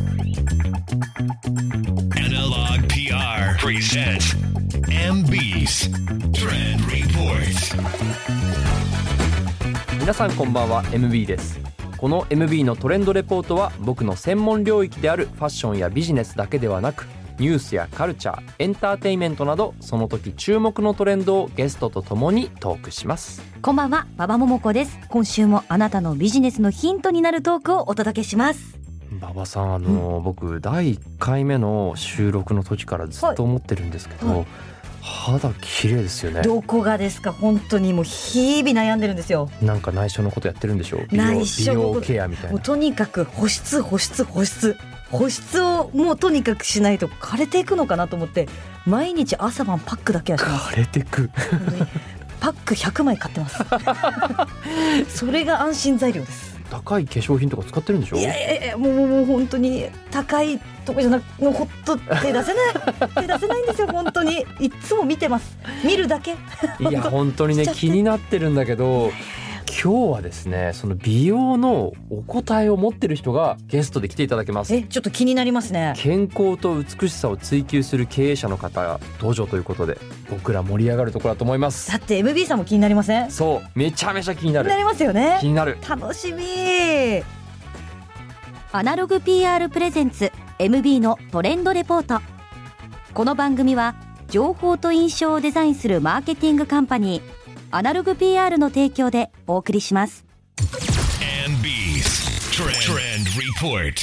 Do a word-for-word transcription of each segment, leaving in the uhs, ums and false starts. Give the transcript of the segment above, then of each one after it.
Analog ピーアー presents エムビー 's Trend Report。 皆さんこんばんは、 エムビー です。この エムビー のトレンドレポートは僕の専門領域であるファッションやビジネスだけではなく、ニュースやカルチャー、エンターテインメントなどその時注目のトレンドをゲストとともにトークします。 こんばんは、馬場桃子です。今週もあなたのビジネスのヒントになるトークをお届けします。 馬場さん、あの、うん、僕だいいっかいめの収録の時からずっと思ってるんですけど、はいはい、肌綺麗ですよね。 どこがですか。本当にもう日々悩んでるんですよ。 なんか内緒のことやってるんでしょう。美容、 内緒美容ケアみたいな。 もうとにかく保湿保湿保湿保湿をもうとにかくしないと枯れていくのかなと思って、毎日朝晩パックだけはしてます。 枯れてくパックひゃくまい買ってますそれが安心材料です。 高い化粧品とか使ってるんでしょ。 いやいやいや、もうもう本当に高いとこじゃなく、もうほっと手出せない手出せないんですよ。本当にいつも見てます。見るだけいや本当にね、気になってるんだけど、今日はですね、その美容のお答えを持ってる人がゲストで来ていただけます。 え、ちょっと気になりますね。 健康と美しさを追求する経営者の方が登場ということで、僕ら盛り上がるところだと思います。 だって エムビー さんも気になりません？ そう、めちゃめちゃ気になる。 気になりますよね。 気になる。 楽しみ。 アナログ ピーアール プレゼンツ エムビー のトレンドレポート。この番組は情報と印象をデザインするマーケティングカンパニーアナログ ピーアール の提供でお送りします。 エムビー 's Trend Report。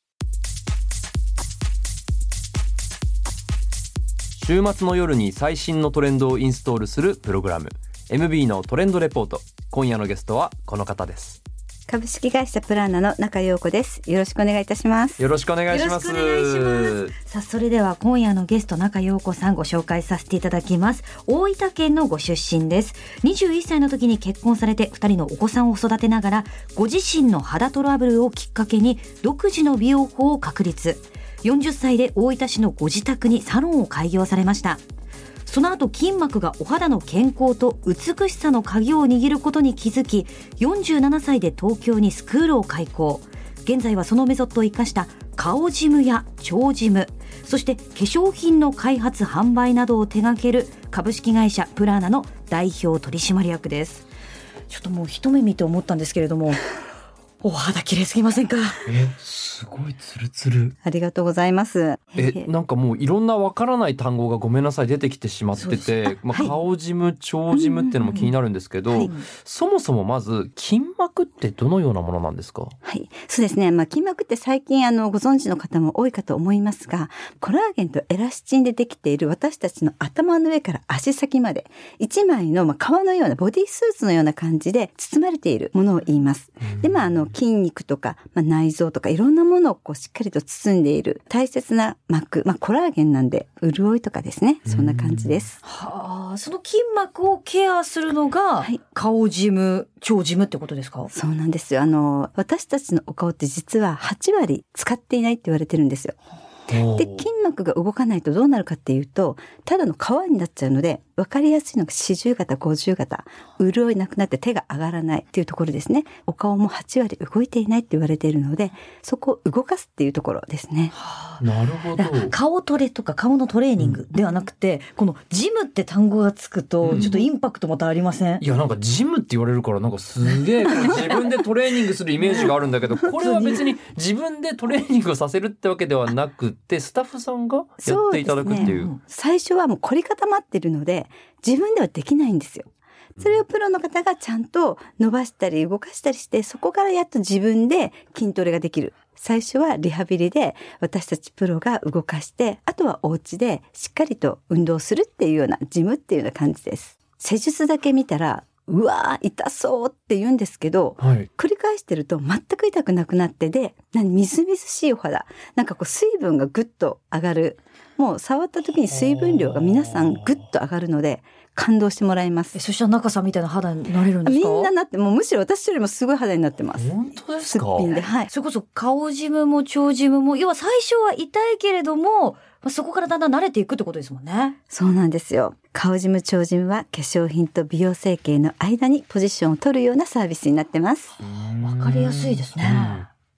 週末の夜に最新のトレンドをインストールするプログラム エムビー のトレンドレポート。今夜のゲストはこの方です。 株式会社プランナの中陽子です。よろしくお願いいたします。 よろしくお願いします。 よろしくお願いします。さあ、それでは今夜のゲスト中陽子さんご紹介させていただきます。大分県のご出身です。にじゅういっさいの時に結婚されてふたりのお子さんを育てながら、ご自身の肌トラブルをきっかけに独自の美容法を確立。よんじゅっさいで大分市のご自宅にサロンを開業されました。その後、筋膜がお肌の健康と美しさの鍵を握ることに気づき、よんじゅうななさいで東京にスクールを開校。現在はそのメソッドを生かした顔ジムや腸ジム、そして化粧品の開発販売などを手掛ける株式会社プラーナの代表取締役です。ちょっともう一目見て思ったんですけれどもお肌綺麗すぎませんか？ え、すごいツルツル。 ありがとうございます。 え、なんかもういろんなわからない単語がごめんなさい出てきてしまってて、まあ、はい、顔ジム、腸ジムっていうのも気になるんですけど、うんうんうん、はい、そもそもまず筋膜ってどのようなものなんですか？ はい、そうですね。まあ、筋膜って最近あのご存知の方も多いかと思いますが、コラーゲンとエラスチンでできている私たちの頭の上から足先まで一枚のまあ皮のようなボディスーツのような感じで包まれているものを言います。で、まああの筋肉とか、まあ、内臓とかいろんなものをこうしっかりと包んでいる大切な膜、まあ、コラーゲンなんで潤いとかですね、そんな感じです。 はあ、その筋膜をケアするのが、はい、顔ジム、腸ジムってことですか？ そうなんですよ。あの私たちのお顔って実ははちわり使っていないって言われてるんですよ。で、筋膜が動かないとどうなるかっていうと、ただの皮になっちゃうので、分かりやすいのがよんじゅう型、ごじゅう型、潤いなくなって手が上がらないっていうところですね。お顔もはちわり動いていないって言われているので、そこを動かすっていうところですね。 はあ、なるほど。 顔トレとか顔のトレーニングではなくて、うん、このジムって単語がつくとちょっとインパクトまたありません？うん、 いや、なんかジムって言われるから、なんかすげえ自分でトレーニングするイメージがあるんだけどこれは別に自分でトレーニングをさせるってわけではなくて、スタッフさんがやっていただくっていう。そうですね。 最初はもう凝り固まってるので自分ではできないんですよ。それをプロの方がちゃんと伸ばしたり動かしたりして、そこからやっと自分で筋トレができる。最初はリハビリで私たちプロが動かして、あとはお家でしっかりと運動するっていうようなジムっていうような感じです。施術だけ見たらうわー痛そうって言うんですけど、はい、繰り返してると全く痛くなくなって、で、何みずみずしいお肌、なんかこう水分がぐっと上がる。もう触った時に水分量が皆さんぐっと上がるので感動してもらいます。 え、そしたら中さんみたいな肌になれるんですか？ みんななって、もうむしろ私よりもすごい肌になってます。 本当ですか？ すっぴんで、はい。 それこそ顔ジムも腸ジムも、要は最初は痛いけれども、まあ、そこからだんだん慣れていくってことですもんね。 そうなんですよ。顔ジム腸ジムは化粧品と美容整形の間にポジションを取るようなサービスになってます。 わかりやすいですね。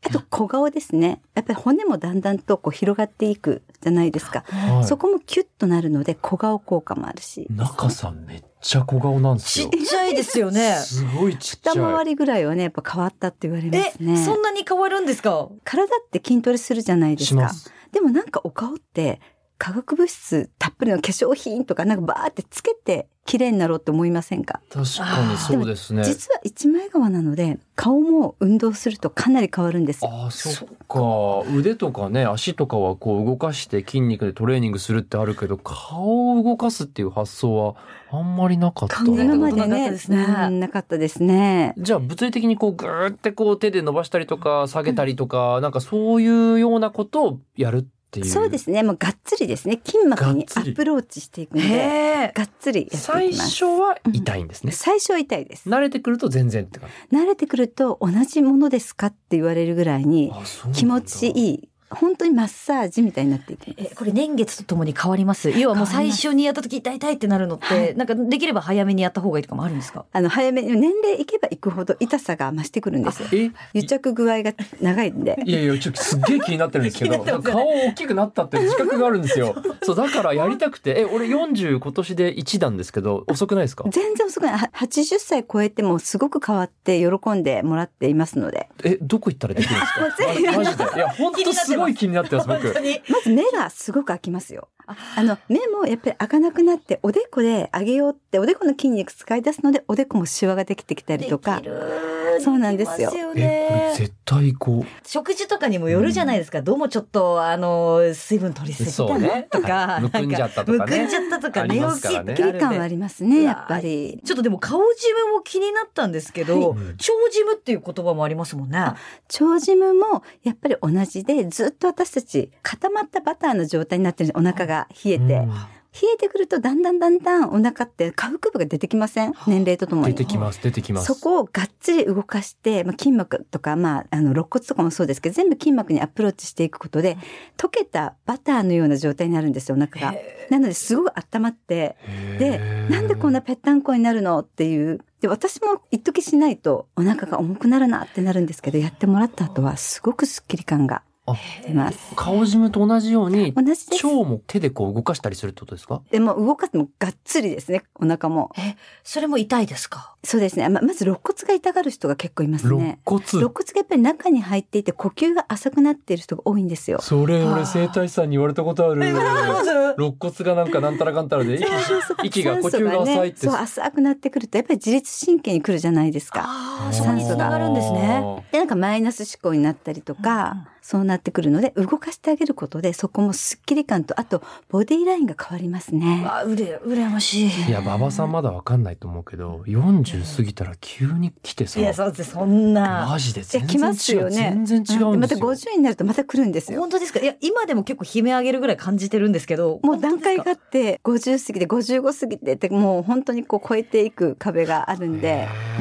あと小顔ですね。やっぱり骨もだんだんとこう広がっていくじゃないですか、 はい、 そこもキュッとなるので小顔効果もあるし。 中さんめっちゃ小顔なんですよ。 ちっちゃいですよね。 すごいちっちゃい。 二回りぐらいはねやっぱ変わったって言われますね。 えそんなに変わるんですか？ 体って筋トレするじゃないですか。 します。 でもなんかお顔って化学物質たっぷりの化粧品とかなんかバーってつけて綺麗になろうって思いませんか？ 確かにそうですね。 実は一枚皮なので顔も運動するとかなり変わるんですよ。 ああ、そっか。腕とかね足とかはこう動かして筋肉でトレーニングするってあるけど、顔を動かすっていう発想はあんまりなかったな。 考えた今ことなかったまでねですねうんなかったですね。 じゃあ物理的にこうグーってこう手で伸ばしたりとか下げたりとか、なんかそういうようなことをやるっていう。 そうですね。もうがっつりですね。筋膜にアプローチしていくのでへーがっつりやっていき最ます。 初は痛いんですね。 最初は痛いです。 慣れてくると全然って感じ。 慣れてくると同じものですかって言われるぐらいにあ、そうなんだ気持ちいい。本当にマッサージみたいになっていきます。 えこれ年月とともに変わります？要はもう最初にやった時痛い痛いってなるのって、 はいなんかできれば早めにやった方がいいとかもあるんですか？ あの早めに年齢いけばいくほど痛さが増してくるんですよ。 え癒着具合が長いんで。 いやいやちょっとすっげえ気になってるんですけど気になってますよ顔大きくなったって自覚があるんですよ。そうだからやりたくて、え俺よんじゅう今年でいちなんですけど遅くないですか？ 全然遅くない。ははちじゅっさい超えてもすごく変わって喜んでもらっていますので。 えどこ行ったらできるんですか？マジでいや本当すごい気になってます僕。 本当にまず目がすごく開きますよ。あの目もやっぱり開かなくなっておでこで上げようっておでこの筋肉使い出すのでおでこもシワができてきたりとか。 できるそうなんですよできますえこねれ絶対こ食事とかにもよるじゃないですか、どうもちょっとあの水分取りすぎたなそうねとか、 むくんじゃったとかねむくんじゃったとかあり寝起きますからねって切り感はありますねやっぱり。 ちょっとでも顔ジムも気になったんですけど、 はい腸ジムっていう言葉もありますもんね。 腸ジムもやっぱり同じでずっと私たち固まったバターの状態になってるんです。お腹が冷えう、 て、 うん冷えてくるとだんだんだんだんお腹って下腹部が出てきません？年齢とともに出てきます出てきます。 そこをがっつり動かして、まあ、筋膜とか、まあ、あの肋骨とかもそうですけど全部筋膜にアプローチしていくことで溶けたバターのような状態になるんですよお腹が。なのですごく温まってでなんでこんなぺったんこになるのっていうで私も一時しないとお腹が重くなるなってなるんですけどやってもらった後はすごくスッキリ感があ出ます。 顔ジムと同じように同じです。 腸も手でこう動かしたりするってことですか？ でも動かすのもがっつりですねお腹も。 えそれも痛いですか？ そうですね。ままず肋骨が痛がる人が結構いますね。 肋骨肋骨がやっぱり中に入っていて呼吸が浅くなっている人が多いんですよ。 それ俺整体師さんに言われたことある。 まず肋骨がなんかなんたらかんたらで息息が呼吸が浅いって。 酸素がね、そう浅くなってくるとやっぱり自律神経に来るじゃないですか。 ああそこに繋がるんですね。 でなんかマイナス思考になったりとか、うん、そうなってくるので動かしてあげることでそこもスッキリ感とあとボディラインが変わりますね。 あうれ羨ましい。 いや馬場さんまだわかんないと思うけどよんじゅう過ぎたら急に来てさ。 いやそうですそんなマジで全然来ますよね。 全然違うんですよ。 またごじゅうになるとまた来るんですよ。 本当ですか？いや今でも結構悲鳴上げるぐらい感じてるんですけどもう段階があってごじゅう過ぎてごじゅうご過ぎてってもう本当にこう超えていく壁があるんで、うん、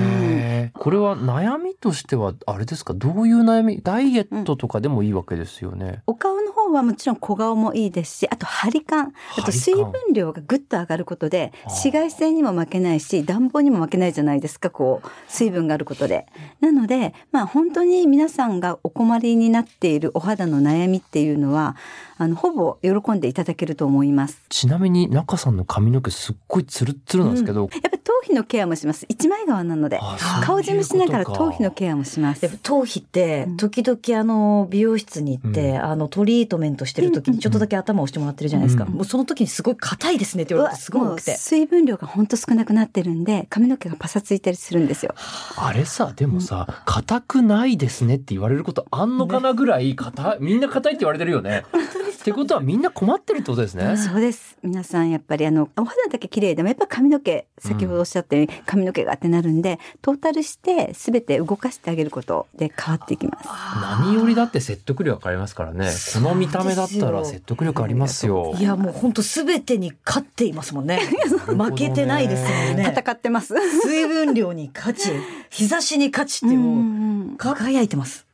これは悩みとしてはあれですか？どういう悩み？ダイエットとかでもいいわけですよね。うん、 お顔の方はもちろん小顔もいいですしあと張り感あと水分量がぐっと上がることで紫外線にも負けないし暖房にも負けないじゃないですかこう水分があることで。なのでまあ本当に皆さんがお困りになっているお肌の悩みっていうのはあのほぼ喜んでいただけると思います。 ちなみに中さんの髪の毛すっごいツルッツルなんですけど、 うん、やっぱ頭皮のケアもします。一枚皮なので顔ジムしながら頭皮のケアもします。 頭皮って時々あの美容室に行って、うん、あのトリートメントしてる時にちょっとだけ頭を押してもらってるじゃないですか、うん、もうその時にすごい硬いですねって言われてすごい多くて水分量が本当少なくなってるんで髪の毛がパサついたりするんですよ。 あれさでもさ硬くないですねって言われることあんのかなぐらい硬いみんな硬いって言われてるよねってことはみんな困ってるってことですね。 そうです。皆さんやっぱりあのお肌だけ綺麗でもやっぱ髪の毛先ほどおっしゃったように髪の毛がってなるんで、うん、トータルして全て動かしてあげることで変わっていきます。 何よりだって説得力ありますからね。この見た目だったら説得力ありますよ。 いやもう本当全てに勝っていますもんね負けてないですよね。 戦ってます水分量に勝ち日差しに勝ちってもう輝いてます。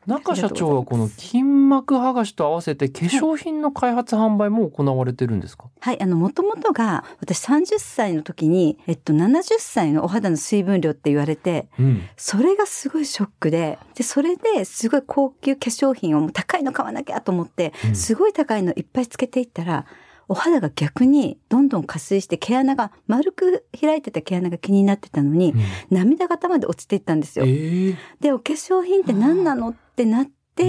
中社長はこの筋膜剥がしと合わせて化粧品の開発販売も行われてるんですか？ はい、あの、もともとが、私さんじゅっさいの時に、えっと、ななじゅっさいのお肌の水分量って言われて、 うん、 それがすごいショックで、で、それですごい高級化粧品をもう高いの買わなきゃと思って、うん、すごい高いのいっぱいつけていったら、お肌が逆にどんどん加水して毛穴が丸く開いてた毛穴が気になってたのに、うん、涙型まで落ちていったんですよ。えー、で、お化粧品って何なのってなって、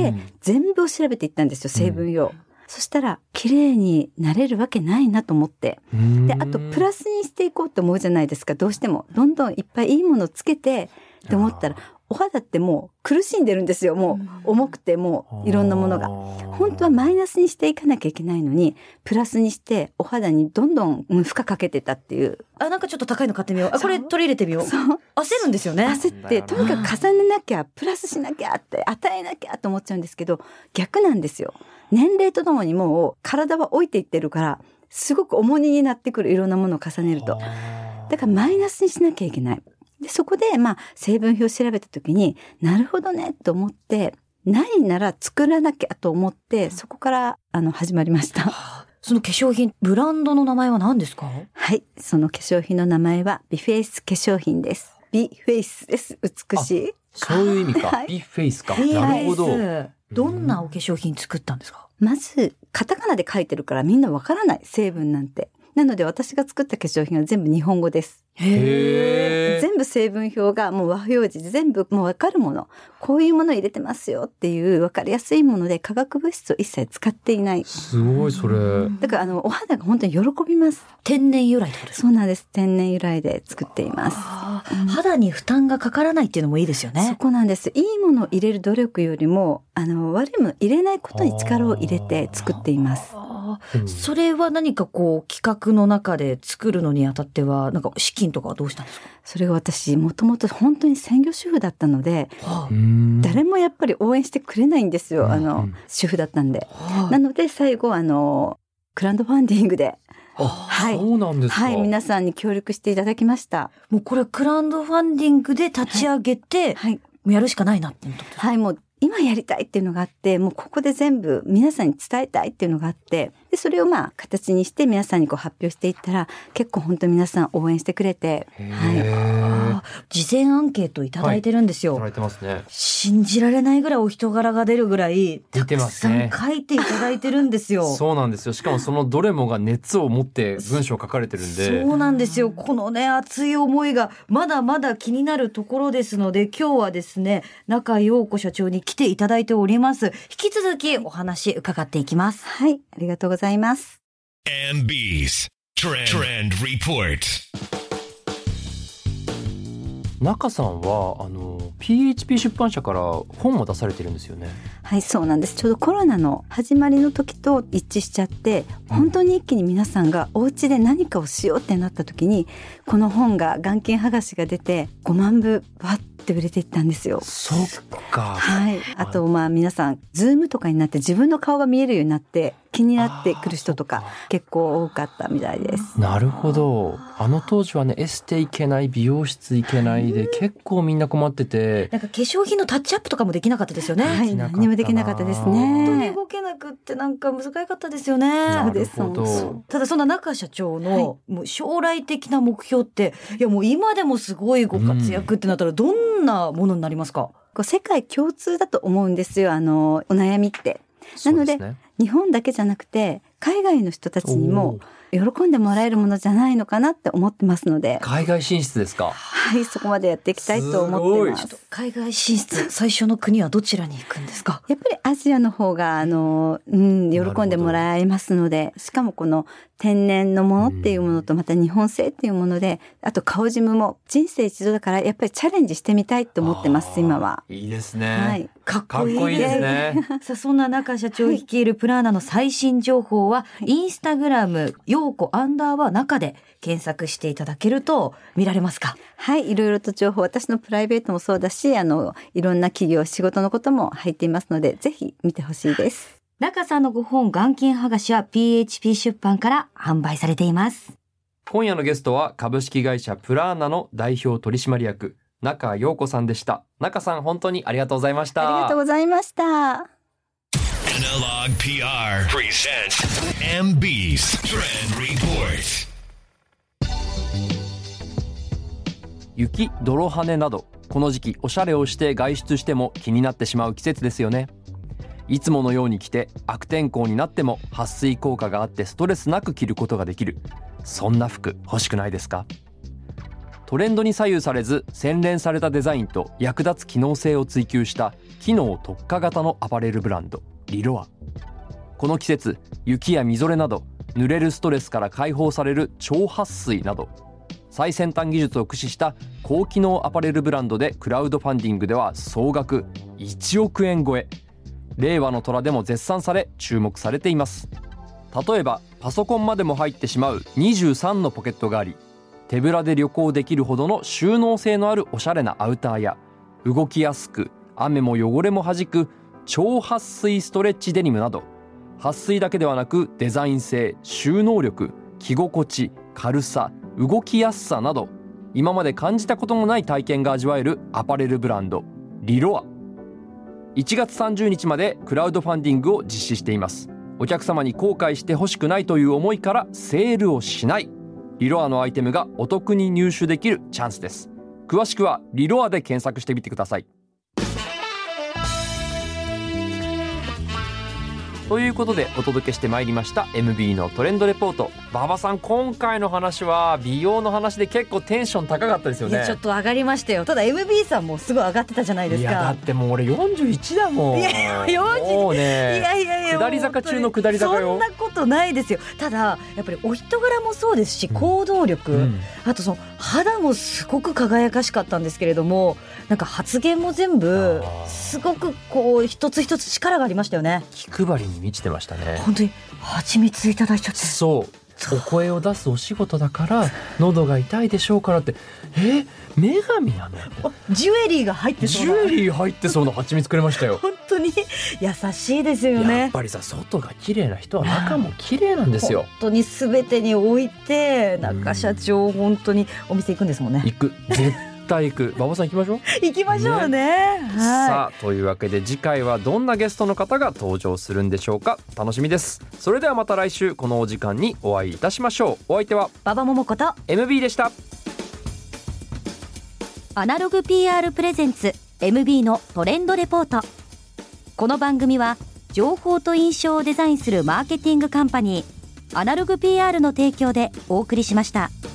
うん、全部を調べていったんですよ、成分用。うん、そしたら綺麗になれるわけないなと思って。で、あとプラスにしていこうと思うじゃないですか、どうしても。どんどんいっぱいいいものをつけてって思ったら、お肌ってもう苦しんでるんですよ。もう重くてもういろんなものが。本当はマイナスにしていかなきゃいけないのに、プラスにしてお肌にどんどん負荷かけてたっていう。 あ、なんかちょっと高いの買ってみよう。あ、これ取り入れてみよう。そう。焦るんですよね。 焦って、とにかく重ねなきゃ、プラスしなきゃって、与えなきゃと思っちゃうんですけど、逆なんですよ。年齢とともにもう体は老いていってるから、すごく重荷になってくる、いろんなものを重ねると。だからマイナスにしなきゃいけない。で、そこで、まあ、成分表を調べたときに、なるほどね、と思って、ないなら作らなきゃと思って、そこから、あの、始まりました。 その化粧品、ブランドの名前は何ですか？ はい、その化粧品の名前は、美フェイス化粧品です。美フェイスです。美しい。 そういう意味か。はい、美フェイスか。なるほど。 どんなお化粧品作ったんですか？ まず、カタカナで書いてるからみんなわからない、成分なんて。なので私が作った化粧品は全部日本語です。 へー。 全部成分表がもう和表示で全部もうわかるもの。こういうものを入れてますよっていうわかりやすいもので化学物質を一切使っていない。 すごいそれ。 だからあのお肌が本当に喜びます。 天然由来ってことですか？ そうなんです。天然由来で作っています。 うん、肌に負担がかからないっていうのもいいですよね。 そこなんです。いいものを入れる努力よりもあの悪いものを入れないことに力を入れて作っています。 うん、それは何かこう企画の中で作るのにあたってはなんか資金とかはどうしたんですか？ それが私もともと本当に専業主婦だったので、はあ、誰もやっぱり応援してくれないんですよ。あの、うん、主婦だったんで、はあ、なので最後あのクラウドファンディングで、 はい、そうなんですか。 はい、皆さんに協力していただきました。 もうこれクラウドファンディングで立ち上げて、はいはい、もうやるしかないなって思ったんですか？ はい、もう今やりたいっていうのがあって、もうここで全部皆さんに伝えたいっていうのがあって、でそれをまあ形にして皆さんにこう発表していったら、結構本当に皆さん応援してくれて、 はい、事前アンケートいただいてるんですよ。 はい、いただいてますね。 信じられないぐらいお人柄が出るぐらいたくさん書いていただいてるんですよ。 そうなんですよ。しかもそのどれもが熱を持って文章書かれてるんで。 そうなんですよ。このね熱い思いがまだまだ気になるところですので、今日はですね中陽子社長に来ていただいております。引き続きお話伺っていきます。 はい、ありがとうございます。 エムビーズ Trend Report。 中さんはあの ピーエイチピー 出版社から本を出されてるんですよね。 はい、そうなんです。ちょうどコロナの始まりの時と一致しちゃって、本当に一気に皆さんがお家で何かをしようってなった時に、この本が眼鏡剥がしが出てごまんぶわって売れていったんですよ。 そっか。 はい。あとまあ皆さんズームとかになって自分の顔が見えるようになって気になってくる人とか結構多かったみたいです。 なるほど。あの当時はねエステ行けない、美容室行けないで結構みんな困ってて、 なんか化粧品のタッチアップとかもできなかったですよね。 はい、何もできなかったですね。 本当に動けなくってなんか難しかったですよね。 なるほど。 ただそんな中社長のもう将来的な目標って、いやもう今でもすごいご活躍ってなったらどんなものになりますか？ こう世界共通だと思うんですよ、あのお悩みって。なので、ね、日本だけじゃなくて海外の人たちにも喜んでもらえるものじゃないのかなって思ってますので。 海外進出ですか？ はい、そこまでやっていきたいと思ってます。 す海外進出最初の国はどちらに行くんですか？ やっぱりアジアの方があの、うん、喜んでもらえますので、しかもこの天然のものっていうものとまた日本製っていうもので、あと顔ジムも人生一度だからやっぱりチャレンジしてみたいと思ってます今は。 いいですね。 はい、 かっこいいですね。 かっこいいですね。 さあそんな中社長率いるプラーナの最新情報は、はい、インスタグラム陽子アンダーバー中で検索していただけると見られますか？ はい、いろいろと情報、私のプライベートもそうだし、あのいろんな企業仕事のことも入っていますので、ぜひ見てほしいです。 中さんのご本眼鏡剥がしは ピーエイチピー 出版から販売されています。 今夜のゲストは株式会社プラーナの代表取締役中陽子さんでした。中さん本当にありがとうございました。 ありがとうございました。 Analog ピーアー presents エムビー 's Trend Report。 雪、泥跳ねなどこの時期おしゃれをして外出しても気になってしまう季節ですよね。いつものように着て悪天候になっても撥水効果があってストレスなく着ることができる、そんな服欲しくないですか？トレンドに左右されず洗練されたデザインと役立つ機能性を追求した機能特化型のアパレルブランドリロア。この季節、雪やみぞれなど濡れるストレスから解放される超撥水など最先端技術を駆使した高機能アパレルブランドでクラウドファンディングでは総額いちおくえん超え、令和の虎でも絶賛され注目されています。例えばパソコンまでも入ってしまうにじゅうさんのポケットがあり、手ぶらで旅行できるほどの収納性のあるおしゃれなアウターや動きやすく雨も汚れも弾く超撥水ストレッチデニムなど、撥水だけではなくデザイン性、収納力、着心地、軽さ、動きやすさなど今まで感じたことのない体験が味わえるアパレルブランドリロア。いちがつさんじゅうにちまでクラウドファンディングを実施しています。お客様に後悔してほしくないという思いからセールをしない、リロアのアイテムがお得に入手できるチャンスです。詳しくはリロアで検索してみてください。ということでお届けしてまいりました エムビー のトレンドレポート。馬場さん、今回の話は美容の話で結構テンション高かったですよね。 いやちょっと上がりましたよ。ただ エムビー さんもすごい上がってたじゃないですか。 いやだってもう俺よんじゅういちだもん。 いやいやよんじゅうもうね、 いやいやいや下り坂中の下り坂よ。 そんなことないですよ。ただやっぱりお人柄もそうですし、行動力、 うん、 あとその肌もすごく輝かしかったんですけれども、なんか発言も全部すごくこう一つ一つ力がありましたよね。 気配りに満ちてましたね。 本当に蜂蜜いただいちゃって、 そうお声を出すお仕事だから喉が痛いでしょうからって、え女神なの？ ジュエリーが入ってそうな、 ジュエリー入ってそうな蜂蜜くれましたよ。 本当に優しいですよね。 やっぱりさ、外が綺麗な人は中も綺麗なんですよ。 本当に全てにおいて中社長本当にお店行くんですもんね。 行く、絶対行く。馬場さん行きましょう。 行きましょうね。ね、はい、 さあというわけで次回はどんなゲストの方が登場するんでしょうか。楽しみです。それではまた来週このお時間にお会いいたしましょう。お相手は馬場桃子とエムビー でした。 アナログ ピーアール プレゼンツ エムビー のトレンドレポート。この番組は情報と印象をデザインするマーケティングカンパニーアナログ ピーアール の提供でお送りしました。